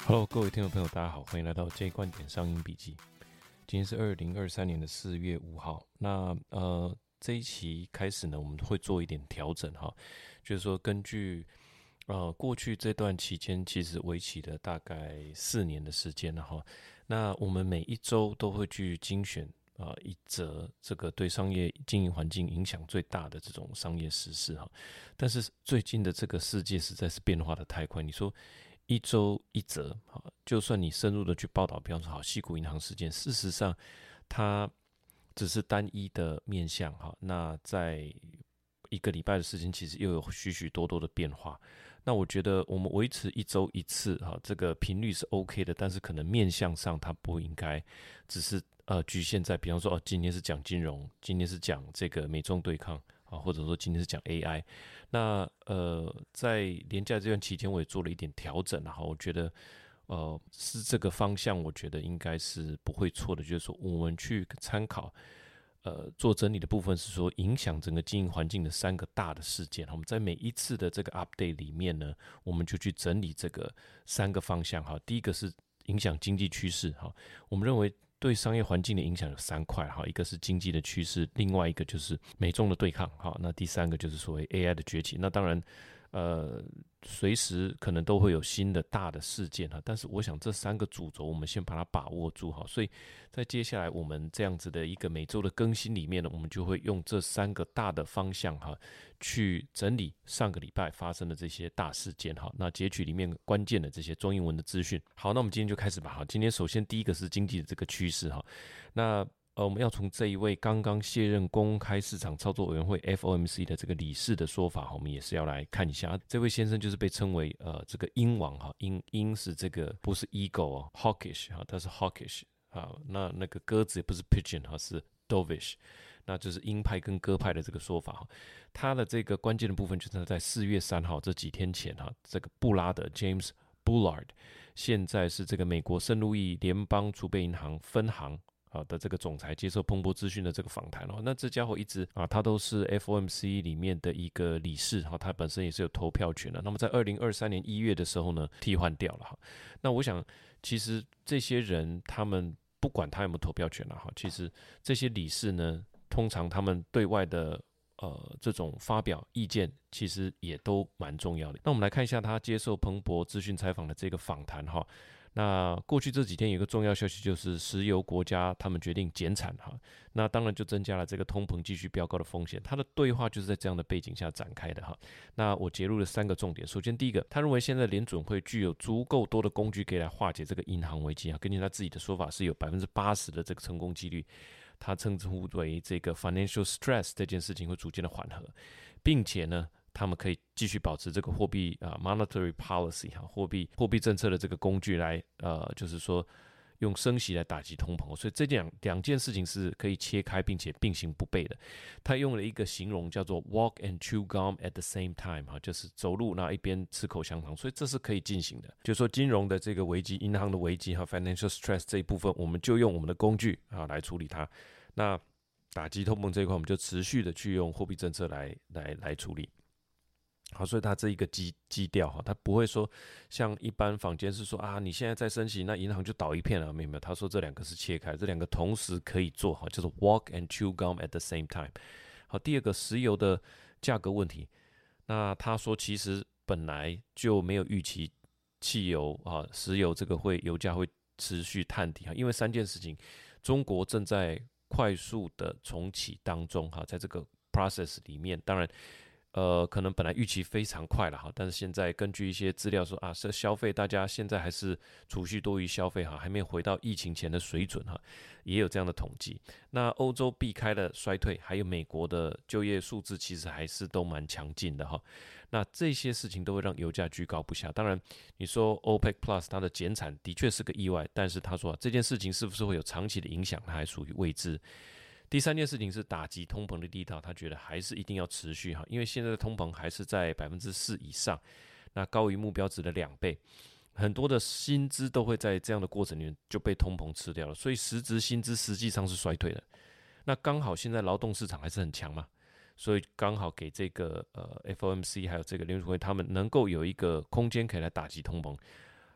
Hello，各位听众朋友，大家好，欢迎来到 J 观点商音笔记。今天是2023年的4月5号。那这一期开始呢，我们会做一点调整哈，就是说根据过去这段期间，其实为期的大概4年的时间了哈。那我们每一周都会去精选一则这个对商业经营环境影响最大的这种商业时事哈。但是最近的这个世界实在是变化的太快，你说一周一则，就算你深入的去报道，比方说矽谷银行事件，事实上它只是单一的面向哈。那在一个礼拜的时间，其实又有许许多多的变化。那我觉得我们维持一周一次哈，这个频率是 OK 的，但是可能面向上它不应该只是局限在，比方说今天是讲金融，今天是讲这个美中对抗啊，或者说今天是讲 AI。那在连假这段期间，我也做了一点调整，然后我觉得是这个方向，我觉得应该是不会错的，就是说我们去参考。做整理的部分是说，影响整个经营环境的3个大的事件。我们在每一次的这个 update 里面呢，我们就去整理这个3个方向。哈，第一个是影响经济趋势。哈，我们认为对商业环境的影响有3块。哈，一个是经济的趋势，另外一个就是美中的对抗。哈，那第3个就是所谓 AI 的崛起。那当然，随时可能都会有新的大的事件哈，但是我想这3个主轴我们先把它把握住哈，所以在接下来我们这样子的一个每周的更新里面呢，我们就会用这3个大的方向哈，去整理上个礼拜发生的这些大事件哈，那截取里面关键的这些中英文的资讯。好，那我们今天就开始吧哈。今天首先第一个是经济的这个趋势哈，那我们要从这一位刚刚卸任公开市场操作委员会 FOMC 的这个理事的说法，我们也是要来看一下。这位先生就是被称为这个鹰王哈，鹰是这个不是 eagle 哦 ，hawkish 哈，他是 hawkish 啊。那个鸽子也不是 pigeon 哈，是 dovish， 那就是鹰派跟鸽派的这个说法哈。他的这个关键的部分就是在4月3号这几天前哈，这个布拉德 James Bullard 现在是这个美国圣路易联邦储备银行分行的这个总裁接受彭博资讯的这个访谈。那这家伙一直他都是 FOMC 里面的一个理事，他本身也是有投票权的。那么在2023年1月的时候呢，替换掉了。那我想其实这些人他们不管他有没有投票权了，其实这些理事呢，通常他们对外的这种发表意见其实也都蛮重要的。那我们来看一下他接受彭博资讯采访的这个访谈哈。那过去这几天有一个重要消息，就是石油国家他们决定减产哈，那当然就增加了这个通膨继续飙高的风险。他的对话就是在这样的背景下展开的哈。那我截录了3个重点。首先第一个，他认为现在联准会具有足够多的工具可以来化解这个银行危机啊。根据他自己的说法，是有80%的这个成功几率。他称呼为这个 financial stress 这件事情会逐渐的缓和，并且呢，他们可以继续保持这个货币monetary policy 货币政策的这个工具来就是说用升息来打击通膨。所以这两件事情是可以切开并且并行不悖的。他用了一个形容叫做 walk and chew gum at the same time 就是走路那一边吃口香糖，所以这是可以进行的。就是说金融的这个危机，银行的危机financial stress 这一部分，我们就用我们的工具来处理它。那打击通膨这一块，我们就持续的去用货币政策来处理。好，所以他这一个基调哈，他不会说像一般坊间是说你现在在升息，那银行就倒一片了，没有。他说这2个是切开，这2个同时可以做哈，叫做 walk and chew gum at the same time。好，第2个石油的价格问题，那他说其实本来就没有预期汽油石油这个油价会持续探底因为3件事情，中国正在快速的重启当中在这个 process 里面，当然可能本来预期非常快了但是现在根据一些资料说消费大家现在还是储蓄多于消费还没有回到疫情前的水准也有这样的统计。那欧洲避开了衰退，还有美国的就业数字其实还是都蛮强劲的那这些事情都会让油价居高不下。当然你说 OPEC Plus 它的减产的确是个意外，但是他说这件事情是不是会有长期的影响，它还属于未知。第3件事情是打击通膨的力道，他觉得还是一定要持续因为现在的通膨还是在 4% 以上，那高于目标值的2倍，很多的薪资都会在这样的过程里面就被通膨吃掉了，所以实质薪资实际上是衰退的。那刚好现在劳动市场还是很强嘛，所以刚好给这个FOMC 还有这个联储会他们能够有一个空间可以来打击通膨，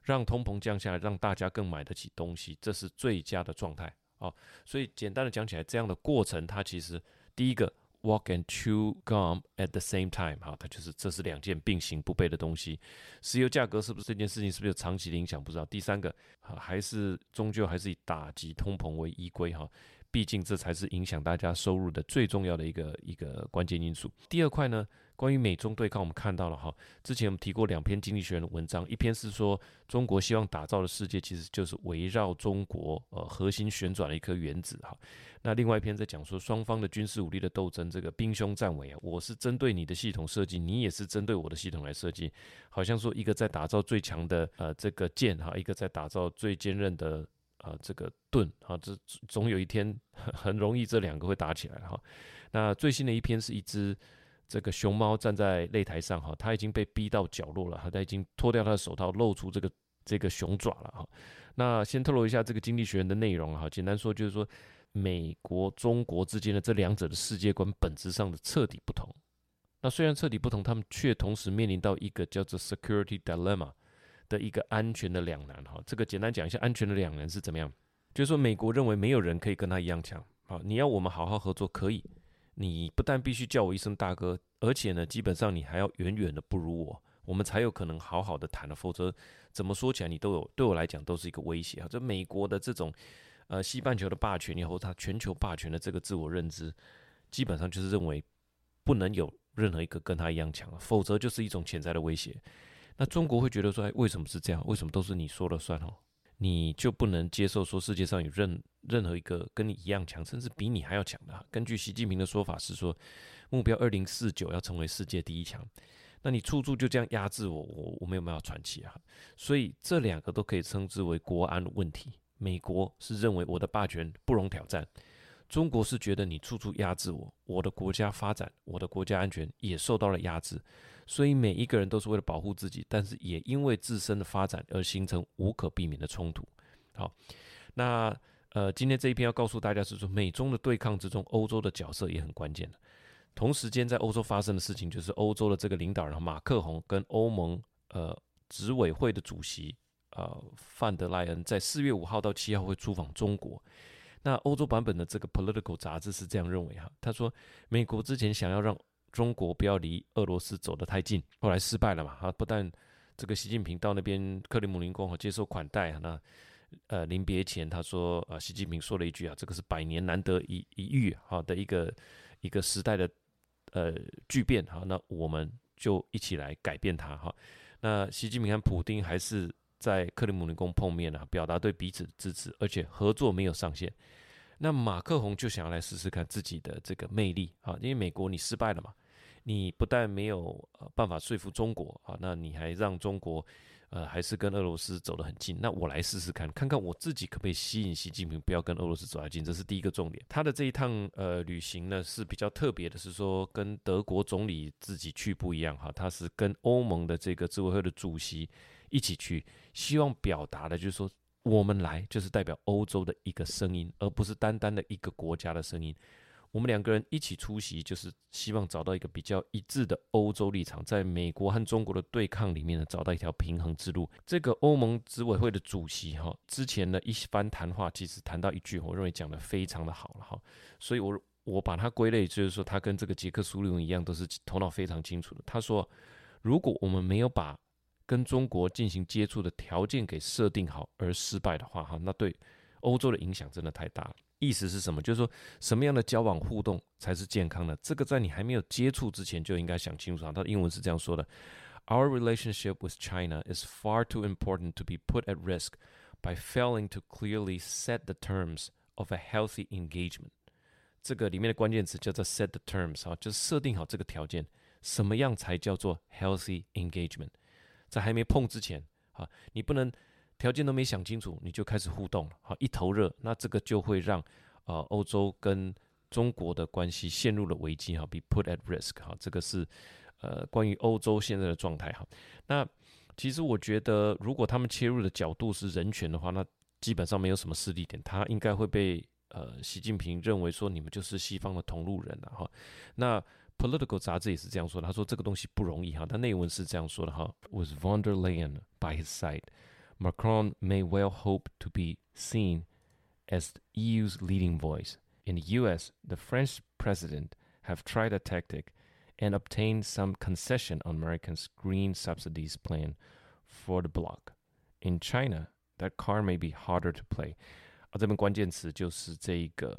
让通膨降下来，让大家更买得起东西，这是最佳的状态。所以简单的讲起来，这样的过程它其实第一个 walk and chew gum at the same time， 它就是这是两件并行不悖的东西。石油价格是不是这件事情是不是有长期的影响不知道。第三个还是终究还是以打击通膨为依归毕竟这才是影响大家收入的最重要的一个关键因素。第二块呢，关于美中对抗，我们看到了之前我们提过2篇经济学人的文章，一篇是说中国希望打造的世界其实就是围绕中国核心旋转的一颗原子那另外一篇在讲说双方的军事武力的斗争，这个兵凶战危我是针对你的系统设计，你也是针对我的系统来设计，好像说一个在打造最强的这个剑一个在打造最坚韧的这个盾这总有一天很容易这两个会打起来那最新的一篇是一只这个熊猫站在擂台上它已经被逼到角落了，它已经脱掉它的手套，露出这个熊爪了那先透露一下这个经济学人的内容简单说就是说美国中国之间的这两者的世界观本质上的彻底不同。那虽然彻底不同，他们却同时面临到一个叫做 security dilemma的一个安全的两难这个简单讲一下安全的两难是怎么样，就是说美国认为没有人可以跟他一样强你要我们好好合作可以，你不但必须叫我一声大哥，而且呢基本上你还要远远的不如我们才有可能好好的谈了，否则怎么说起来你都有对我来讲都是一个威胁这美国的这种西半球的霸权以后它全球霸权的这个自我认知，基本上就是认为不能有任何一个跟他一样强否则就是一种潜在的威胁。那中国会觉得说为什么是这样，为什么都是你说了算你就不能接受说世界上有任何一个跟你一样强甚至比你还要强的根据习近平的说法是说目标2049要成为世界第一强，那你处处就这样压制我没有办法喘气所以这两个都可以称之为国安问题。美国是认为我的霸权不容挑战，中国是觉得你处处压制我的国家发展，我的国家安全也受到了压制，所以每一个人都是为了保护自己，但是也因为自身的发展而形成无可避免的冲突。好，那今天这一篇要告诉大家是说，美中的对抗之中，欧洲的角色也很关键的。同时间在欧洲发生的事情，就是欧洲的这个领导人马克宏跟欧盟执委会的主席范德莱恩在4月5号到7号会出访中国。那欧洲版本的这个 Political 杂志是这样认为他说美国之前想要让中国不要离俄罗斯走得太近，后来失败了嘛不但这个习近平到那边克里姆林宫接受款待那临别前他说习近平说了一句这个是100年难得一遇的一个时代的巨变那我们就一起来改变它那习近平和普丁还是在克里姆林宫碰面表达对彼此的支持，而且合作没有上限。那马克宏就想要来试试看自己的这个魅力因为美国你失败了嘛，你不但没有办法说服中国那你还让中国还是跟俄罗斯走得很近，那我来试试看，看看我自己可不可以吸引习近平不要跟俄罗斯走太近，这是第一个重点。他的这一趟旅行呢是比较特别的，是说跟德国总理自己去不一样他是跟欧盟的这个执委会的主席一起去，希望表达的就是说我们来就是代表欧洲的一个声音，而不是单单的一个国家的声音。我们2个人一起出席，就是希望找到一个比较一致的欧洲立场，在美国和中国的对抗里面呢，找到一条平衡之路。这个欧盟执委会的主席之前呢一番谈话，其实谈到一句，我认为讲得非常的好了所以我把它归类，就是说他跟这个杰克苏利文一样，都是头脑非常清楚的。他说，如果我们没有把跟中国进行接触的条件给设定好而失败的话那对欧洲的影响真的太大了。意思是什么？就是说什么样的交往互动才是健康的，这个在你还没有接触之前就应该想清楚他的英文是这样说的， Our relationship with China is far too important to be put at risk by failing to clearly set the terms of a healthy engagement。 这个里面的关键词叫做 set the terms 就是设定好这个条件，什么样才叫做 healthy engagement。 在还没碰之前你不能条件都没想清楚你就开始互动了一头热，那这个就会让欧洲跟中国的关系陷入了危机be put at risk。 这个是关于欧洲现在的状态那其实我觉得如果他们切入的角度是人权的话，那基本上没有什么势力点，他应该会被习近平认为说你们就是西方的同路人那 Political 杂志也是这样说的，他说这个东西不容易他内文是这样说的With von der Leyen by his side, Macron may well hope to be seen as the EU's leading voice. In the US, the French president have tried a tactic and obtained some concession on Americans' green subsidies plan for the bloc. In China, that card may be harder to play. 这边关键词就是这一个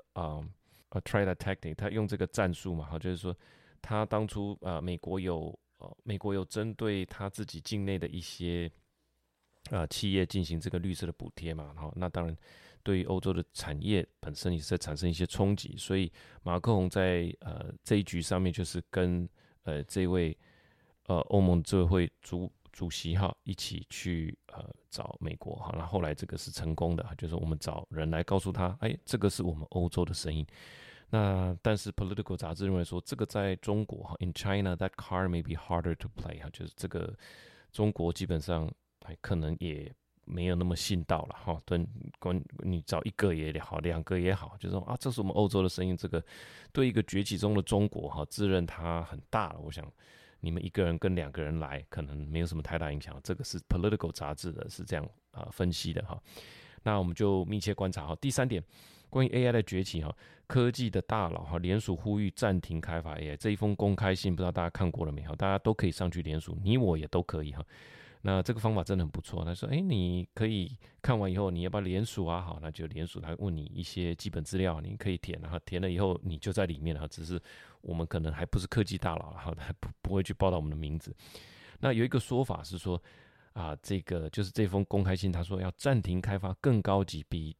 try that tactic， 他用这个战术嘛，就是说他当初美国有针对他自己境内的一些企业进行这个绿色的补贴嘛，那当然对于欧洲的产业本身也是在产生一些冲击，所以马克宏在这一局上面就是跟这位欧盟执委会主席一起去找美国那后来这个是成功的，就是我们找人来告诉他，这个是我们欧洲的声音。那但是 Political 杂志认为说，这个在中国，in China that card may be harder to play， 就是这个中国基本上可能也没有那么信道了对，你找一个也好，两个也好，就是说这是我们欧洲的声音，这个对一个崛起中的中国自认它很大了，我想你们一个人跟两个人来，可能没有什么太大影响。这个是 Political 杂志的是这样分析的那我们就密切观察第三点，关于 AI 的崛起科技的大佬联署呼吁暂停开发 AI， 这一封公开信不知道大家看过了没大家都可以上去联署，你我也都可以那这个方法真的很不错。他说你可以看完以后你要不要联署好，那就联署，他问你一些基本资料，你可以填，然后填了以后你就在里面只是我们可能还不是科技大佬还不会去报道我们的名字。那有一个说法是说这个就是这封公开信，他说要暂停开发更高级比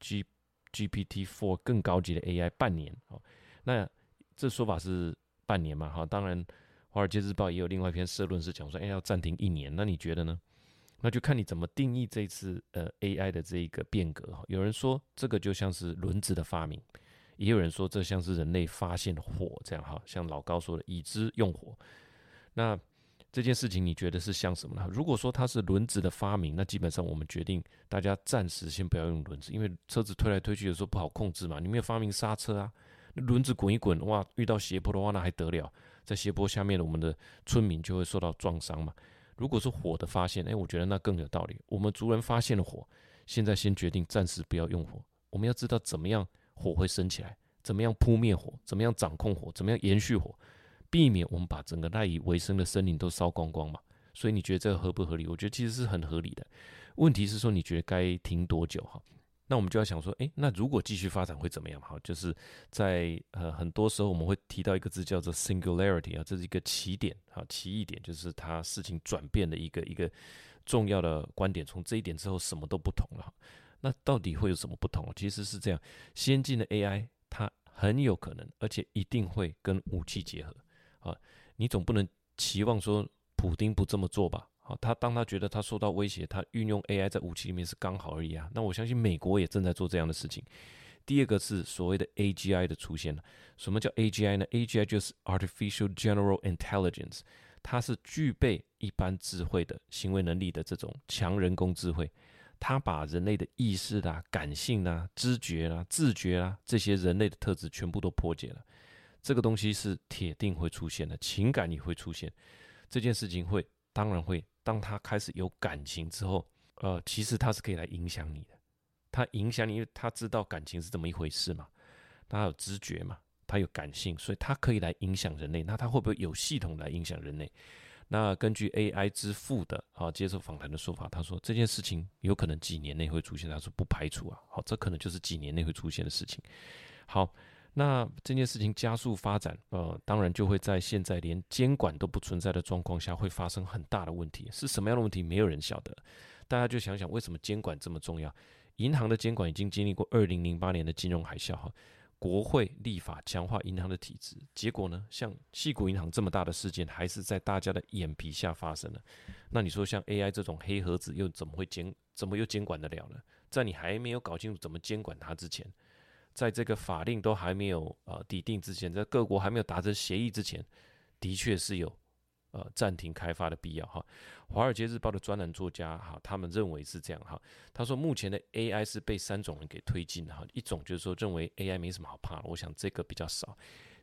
GPT-4 更高级的 AI 半年那这说法是半年嘛当然华尔街日报也有另外一篇社论是讲说要暂停1年，那你觉得呢？那就看你怎么定义这次AI 的这一个变革有人说这个就像是轮子的发明，也有人说这像是人类发现火这样像老高说的已知用火。那这件事情你觉得是像什么呢？如果说它是轮子的发明，那基本上我们决定大家暂时先不要用轮子，因为车子推来推去的时候不好控制嘛，你没有发明刹车轮子滚一滚遇到斜坡的话那还得了，在斜坡下面我们的村民就会受到撞伤嘛。如果是火的发现我觉得那更有道理，我们族人发现了火，现在先决定暂时不要用火，我们要知道怎么样火会升起来，怎么样扑灭火，怎么样掌控火，怎么样延续火，避免我们把整个赖以为生的森林都烧光光嘛。所以你觉得这个合不合理？我觉得其实是很合理的。问题是说你觉得该停多久那我们就要想说那如果继续发展会怎么样就是在很多时候我们会提到一个字叫做 singularity 这是一个起点奇异点，就是它事情转变的一个重要的观点，从这一点之后什么都不同了那到底会有什么不同？其实是这样，先进的 AI 它很有可能而且一定会跟武器结合你总不能期望说普丁不这么做吧当他觉得他受到威胁，他运用 AI 在武器里面是刚好而已那我相信美国也正在做这样的事情。第二个是所谓的 AGI 的出现什么叫 AGI 呢？ AGI 就是 Artificial General Intelligence， 它是具备一般智慧的行为能力的这种强人工智慧，它把人类的意识感性知觉自觉这些人类的特质全部都破解了。这个东西是铁定会出现的，情感也会出现。这件事情当然会，当他开始有感情之后其实他是可以来影响你的。他影响你，因为他知道感情是这么一回事嘛，他有知觉嘛，他有感性，所以他可以来影响人类。那他会不会有系统来影响人类？那根据 AI 之父的接受访谈的说法，他说这件事情有可能几年内会出现，他说不排除这可能就是几年内会出现的事情。好，那这件事情加速发展当然就会在现在连监管都不存在的状况下会发生很大的问题。是什么样的问题没有人晓得，大家就想想为什么监管这么重要。银行的监管已经经历过2008年的金融海啸国会立法强化银行的体制，结果呢，像矽谷银行这么大的事件还是在大家的眼皮下发生了。那你说像 AI 这种黑盒子又怎么又监管得了呢？在你还没有搞清楚怎么监管它之前，在这个法令都还没有拟定之前，在各国还没有达成协议之前，的确是有暂停开发的必要华尔街日报的专栏作家他们认为是这样他说目前的 AI 是被3种人给推进的一种就是说认为 AI 没什么好怕的，我想这个比较少。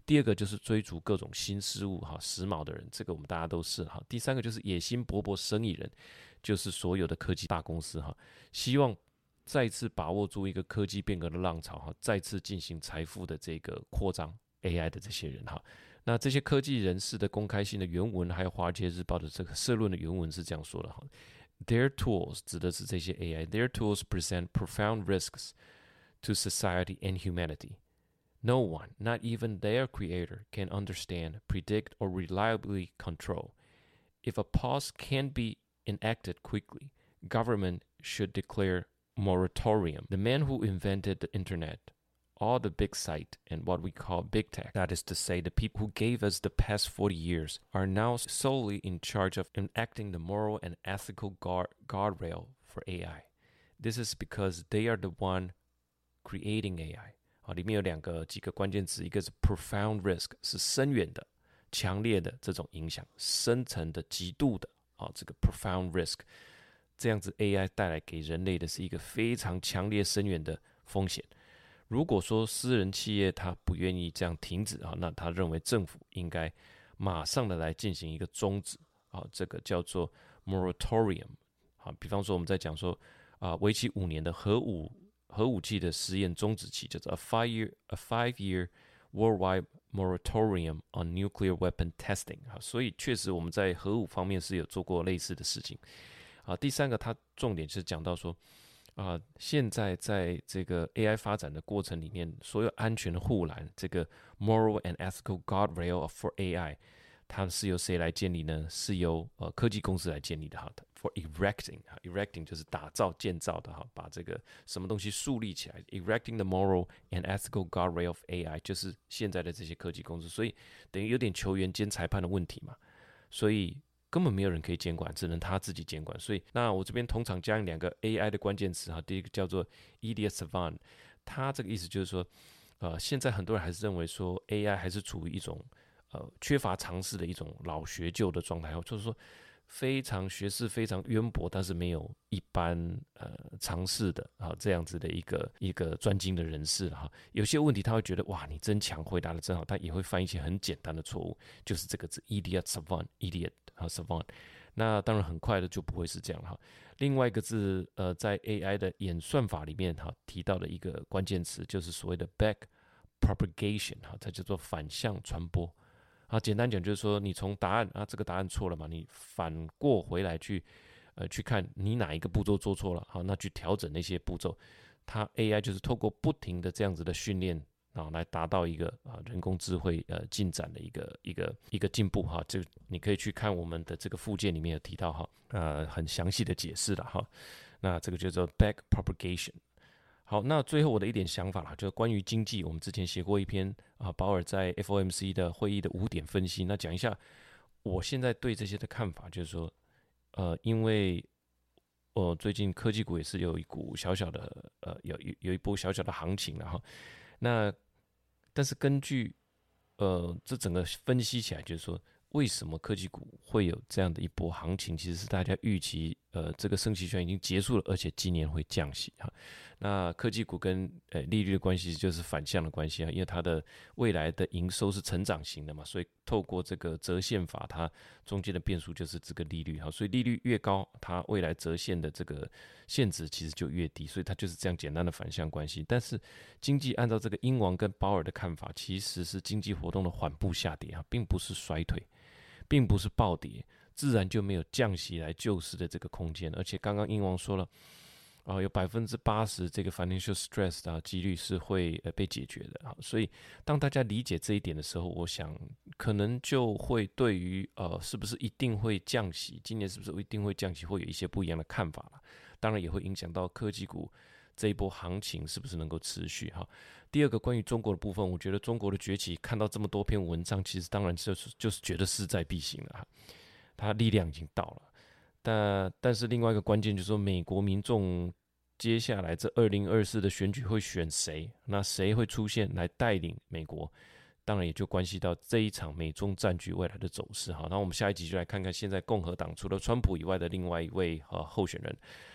第二个就是追逐各种新事物哈，时髦的人，这个我们大家都是哈。第三个就是野心勃勃生意人，就是所有的科技大公司哈，希望再次把握住一个科技变革的浪潮哈，再次进行财富的这个扩张 AI 的这些人哈。那这些科技人士的公开信的原文，还有华尔街日报的这个社论的原文是这样说的哈 ：Their tools 指的是这些 AI，Their tools present profound risks to society and humanity. No one, not even their creator, can understand, predict, or reliably control. If a pause can't be enacted quickly, government should declare moratorium. The man who invented the internet, all the big site, and what we call big tech, that is to say, the people who gave us the past 40 years, are now solely in charge of enacting the moral and ethical guardrail for AI. This is because they are the one creating AI. 好，里面有几个关键词，一个是 profound risk， 是深远的、强烈的这种影响，深层的、极度的这个 profound risk， 这样子 AI 带来给人类的是一个非常强烈、深远的风险。如果说私人企业他不愿意这样停止那他认为政府应该马上的来进行一个终止这个叫做 moratorium。比方说我们在讲说为期5年的核武器的实验终止期，叫做 a five-year worldwide moratorium on nuclear weapon testing。所以确实我们在核武方面是有做过类似的事情。第三个，它重点是讲到说现在在这个 AI 发展的过程里面，所有安全的护栏，这个 moral and ethical guardrail for AI， 它是由谁来建立呢？是由科技公司来建立的。For erecting 就是打造、建造的把这个什么东西树立起来。Erecting the moral and ethical guardrail of AI 就是现在的这些科技公司，所以等于有点球员兼裁判的问题嘛，所以根本没有人可以监管，只能他自己监管。所以，那我这边通常加2个 AI 的关键词第一个叫做 idiot savant， 它这个意思就是说，现在很多人还是认为说 AI 还是处于一种缺乏常识的一种老学究的状态，就是说非常学识非常渊博，但是没有一般常识的这样子的一个专精的人士有些问题他会觉得哇你真强，回答的真好，但也会犯一些很简单的错误，就是这个字 idiot savant。那当然很快的就不会是这样另外一个字在 AI 的演算法里面提到的一个关键词就是所谓的 back propagation， 它叫做反向传播。简单讲就是说，你从答案这个答案错了嘛，你反过回来去看你哪一个步骤做错了，那去调整那些步骤。它 AI 就是透过不停的这样子的训练来达到一个人工智慧进展的一个进步这你可以去看我们的这个附件里面有提到很详细的解释了那这个叫做 back propagation。好，那最后我的一点想法就是关于经济，我们之前写过一篇保尔在 FOMC 的会议的5点分析，那讲一下我现在对这些的看法，就是说因为最近科技股也是有一股小小的有一波小小的行情了那但是根据这整个分析起来，就是说为什么科技股会有这样的一波行情，其实是大家预期这个升息圈已经结束了，而且今年会降息那科技股跟利率的关系就是反向的关系因为它的未来的营收是成长型的嘛，所以透过这个折现法，它中间的变数就是这个利率所以利率越高，它未来折现的这个现值其实就越低，所以它就是这样简单的反向关系。但是经济按照这个英王跟鲍尔的看法，其实是经济活动的缓步下跌并不是衰退，并不是暴跌，自然就没有降息来救市的这个空间。而且刚刚英王说了有 80% 这个 financial stress 的几率是会被解决的所以当大家理解这一点的时候，我想可能就会对于是不是一定会降息，今年是不是一定会降息，会有一些不一样的看法了。当然也会影响到科技股这一波行情是不是能够持续第二个关于中国的部分，我觉得中国的崛起看到这么多篇文章，其实当然就是觉得势在必行了它力量已经到了。但是另外一个关键就是说，美国民众接下来这2024的选举会选谁？那谁会出现来带领美国？当然也就关系到这一场美中战局未来的走势那我们下一集就来看看现在共和党除了川普以外的另外一位候选人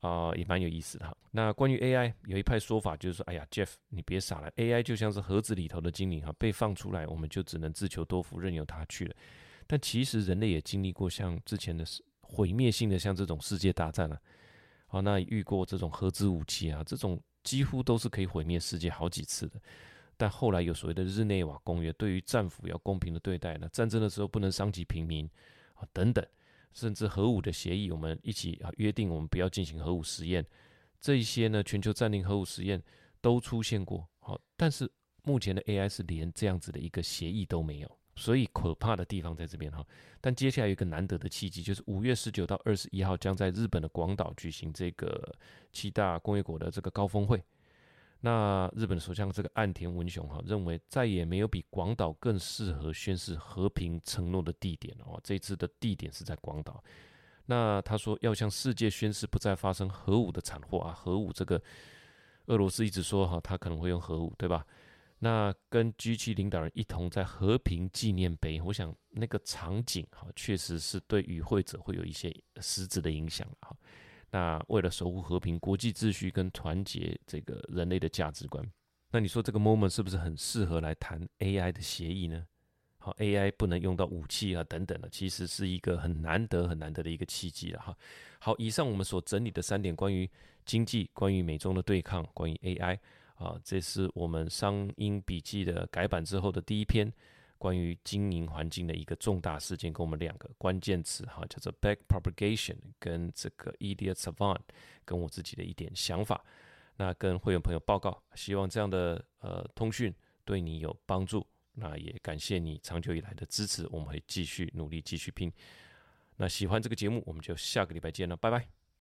也蛮有意思的哈。那关于 AI 有一派说法就是说，哎呀 Jeff 你别傻了，AI 就像是盒子里头的精灵哈，被放出来我们就只能自求多福，任由它去了。但其实人类也经历过像之前的毁灭性的像这种世界大战啊，好，那遇过这种核子武器啊，这种几乎都是可以毁灭世界好几次的。但后来有所谓的日内瓦公约，对于战俘要公平的对待，那战争的时候不能伤及平民啊等等，甚至核武的协议，我们一起约定我们不要进行核武实验，这一些呢，全球暂停核武实验都出现过。好，但是目前的 AI 是连这样子的一个协议都没有，所以可怕的地方在这边哈。但接下来有一个难得的契机，就是5月19到21号将在日本的广岛举行这个7大工业国的这个高峰会。那日本首相这个岸田文雄认为再也没有比广岛更适合宣示和平承诺的地点了。这次的地点是在广岛。那他说要向世界宣示不再发生核武的惨祸啊，核武这个俄罗斯一直说他可能会用核武，对吧？那跟 G7 领导人一同在和平纪念碑，我想那个场景确实是对与会者会有一些实质的影响哈。那为了守护和平、国际秩序跟团结这个人类的价值观，那你说这个 moment 是不是很适合来谈 AI 的协议呢？好 ，AI 不能用到武器啊等等的，其实是一个很难得的一个契机了哈。好，以上我们所整理的3点，关于经济、关于美中的对抗、关于 AI 这是我们商英笔记的改版之后的第一篇。关于经营环境的一个重大事件，跟我们2个关键词叫做 backpropagation 跟这个 idiot savant， 跟我自己的一点想法，那跟会员朋友报告，希望这样的通讯对你有帮助，那也感谢你长久以来的支持，我们会继续努力继续拼。那喜欢这个节目，我们就下个礼拜见了，拜拜。